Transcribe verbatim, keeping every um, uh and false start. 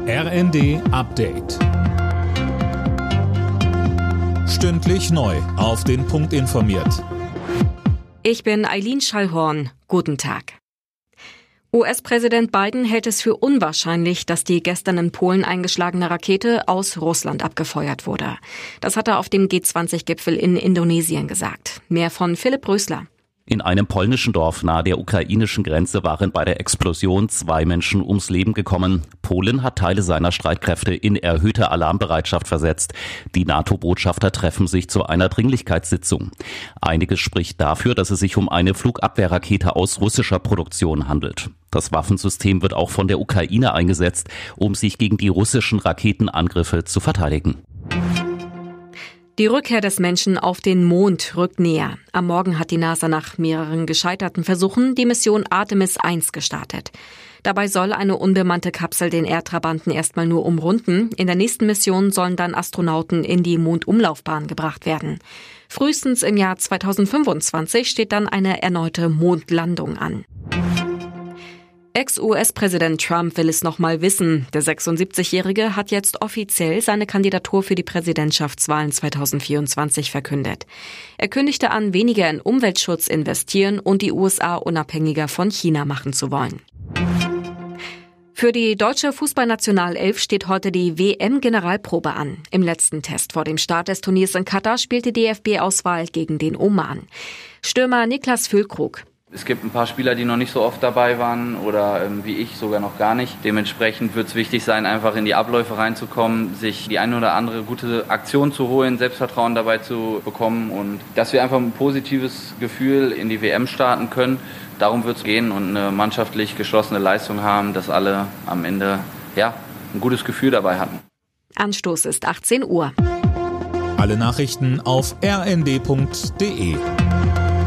R N D Update. Stündlich neu auf den Punkt informiert. Ich bin Eileen Schallhorn. Guten Tag. U S-Präsident Biden hält es für unwahrscheinlich, dass die gestern in Polen eingeschlagene Rakete aus Russland abgefeuert wurde. Das hat er auf dem G zwanzig Gipfel in Indonesien gesagt. Mehr von Philipp Rösler. In einem polnischen Dorf nahe der ukrainischen Grenze waren bei der Explosion zwei Menschen ums Leben gekommen. Polen hat Teile seiner Streitkräfte in erhöhte Alarmbereitschaft versetzt. Die NATO-Botschafter treffen sich zu einer Dringlichkeitssitzung. Einiges spricht dafür, dass es sich um eine Flugabwehrrakete aus russischer Produktion handelt. Das Waffensystem wird auch von der Ukraine eingesetzt, um sich gegen die russischen Raketenangriffe zu verteidigen. Die Rückkehr des Menschen auf den Mond rückt näher. Am Morgen hat die NASA nach mehreren gescheiterten Versuchen die Mission Artemis eins gestartet. Dabei soll eine unbemannte Kapsel den Erdtrabanten erstmal nur umrunden. In der nächsten Mission sollen dann Astronauten in die Mondumlaufbahn gebracht werden. Frühestens im Jahr zweitausendfünfundzwanzig steht dann eine erneute Mondlandung an. Ex-U S-Präsident Trump will es noch mal wissen. Der sechsundsiebzigjährige hat jetzt offiziell seine Kandidatur für die Präsidentschaftswahlen zweitausendvierundzwanzig verkündet. Er kündigte an, weniger in Umweltschutz investieren und die U S A unabhängiger von China machen zu wollen. Für die deutsche Fußballnationalelf steht heute die W M-Generalprobe an. Im letzten Test vor dem Start des Turniers in Katar spielt die D F B-Auswahl gegen den Oman. Stürmer Niklas Füllkrug. Es gibt ein paar Spieler, die noch nicht so oft dabei waren oder ähm, wie ich sogar noch gar nicht. Dementsprechend wird es wichtig sein, einfach in die Abläufe reinzukommen, sich die eine oder andere gute Aktion zu holen, Selbstvertrauen dabei zu bekommen und dass wir einfach ein positives Gefühl in die W M starten können. Darum wird es gehen und eine mannschaftlich geschlossene Leistung haben, dass alle am Ende ja, ein gutes Gefühl dabei hatten. Anstoß ist achtzehn Uhr. Alle Nachrichten auf r n d punkt d e.